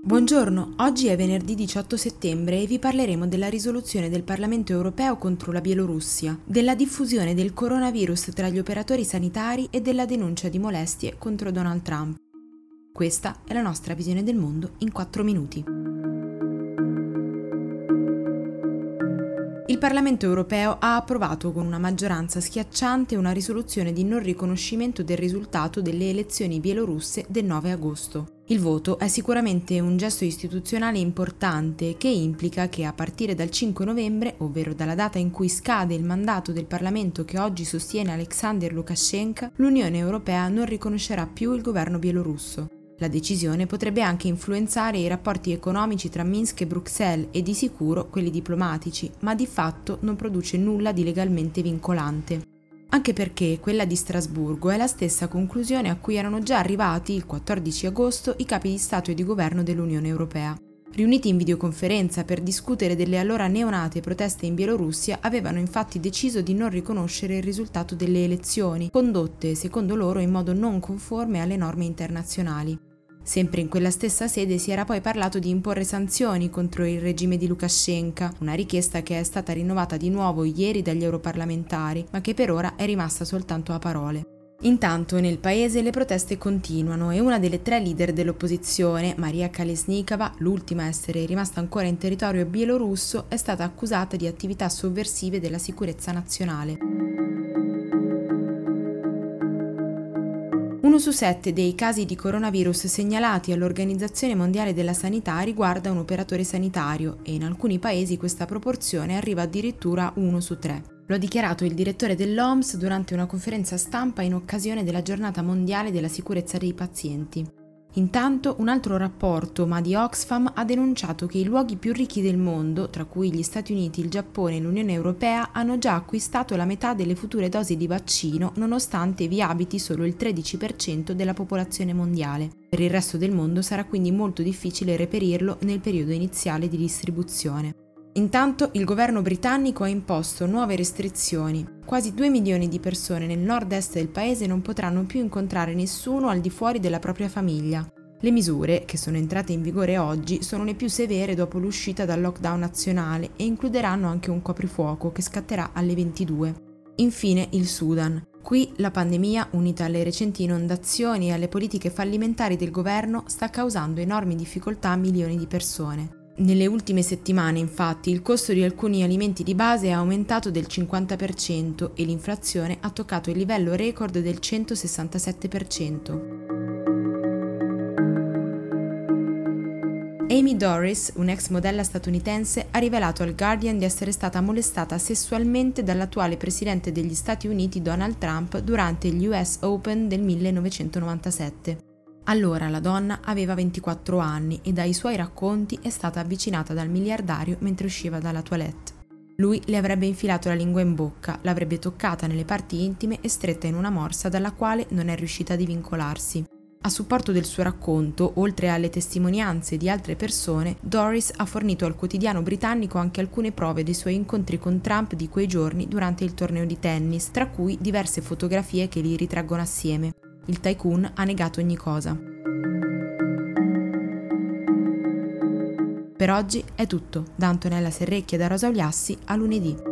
Buongiorno, oggi è venerdì 18 settembre e vi parleremo della risoluzione del Parlamento europeo contro la Bielorussia, della diffusione del coronavirus tra gli operatori sanitari e della denuncia di molestie contro Donald Trump. Questa è la nostra visione del mondo in 4 minuti. Il Parlamento europeo ha approvato con una maggioranza schiacciante una risoluzione di non riconoscimento del risultato delle elezioni bielorusse del 9 agosto. Il voto è sicuramente un gesto istituzionale importante che implica che a partire dal 5 novembre, ovvero dalla data in cui scade il mandato del Parlamento che oggi sostiene Alexander Lukashenko, l'Unione Europea non riconoscerà più il governo bielorusso. La decisione potrebbe anche influenzare i rapporti economici tra Minsk e Bruxelles e di sicuro quelli diplomatici, ma di fatto non produce nulla di legalmente vincolante. Anche perché quella di Strasburgo è la stessa conclusione a cui erano già arrivati il 14 agosto i capi di Stato e di Governo dell'Unione Europea. Riuniti in videoconferenza per discutere delle allora neonate proteste in Bielorussia, avevano infatti deciso di non riconoscere il risultato delle elezioni, condotte secondo loro in modo non conforme alle norme internazionali. Sempre in quella stessa sede si era poi parlato di imporre sanzioni contro il regime di Lukashenko, una richiesta che è stata rinnovata di nuovo ieri dagli europarlamentari, ma che per ora è rimasta soltanto a parole. Intanto nel paese le proteste continuano e una delle 3 leader dell'opposizione, Maria Kalesnikava, l'ultima a essere rimasta ancora in territorio bielorusso, è stata accusata di attività sovversive della sicurezza nazionale. 1 su 7 dei casi di coronavirus segnalati all'Organizzazione Mondiale della Sanità riguarda un operatore sanitario e in alcuni paesi questa proporzione arriva addirittura a 1 su 3. Lo ha dichiarato il direttore dell'OMS durante una conferenza stampa in occasione della Giornata Mondiale della Sicurezza dei Pazienti. Intanto un altro rapporto, ma di Oxfam, ha denunciato che i luoghi più ricchi del mondo, tra cui gli Stati Uniti, il Giappone e l'Unione Europea, hanno già acquistato la metà delle future dosi di vaccino, nonostante vi abiti solo il 13% della popolazione mondiale. Per il resto del mondo sarà quindi molto difficile reperirlo nel periodo iniziale di distribuzione. Intanto il governo britannico ha imposto nuove restrizioni. Quasi 2 milioni di persone nel nord-est del paese non potranno più incontrare nessuno al di fuori della propria famiglia. Le misure, che sono entrate in vigore oggi, sono le più severe dopo l'uscita dal lockdown nazionale e includeranno anche un coprifuoco che scatterà alle 22. Infine il Sudan. Qui la pandemia, unita alle recenti inondazioni e alle politiche fallimentari del governo, sta causando enormi difficoltà a milioni di persone. Nelle ultime settimane, infatti, il costo di alcuni alimenti di base è aumentato del 50% e l'inflazione ha toccato il livello record del 167%. Amy Doris, un'ex modella statunitense, ha rivelato al Guardian di essere stata molestata sessualmente dall'attuale presidente degli Stati Uniti Donald Trump durante gli US Open del 1997. Allora la donna aveva 24 anni e dai suoi racconti è stata avvicinata dal miliardario mentre usciva dalla toilette. Lui le avrebbe infilato la lingua in bocca, l'avrebbe toccata nelle parti intime e stretta in una morsa dalla quale non è riuscita a divincolarsi. A supporto del suo racconto, oltre alle testimonianze di altre persone, Doris ha fornito al quotidiano britannico anche alcune prove dei suoi incontri con Trump di quei giorni durante il torneo di tennis, tra cui diverse fotografie che li ritraggono assieme. Il tycoon ha negato ogni cosa. Per oggi è tutto. Da Antonella Serrecchia e da Rosa Uliassi, a lunedì.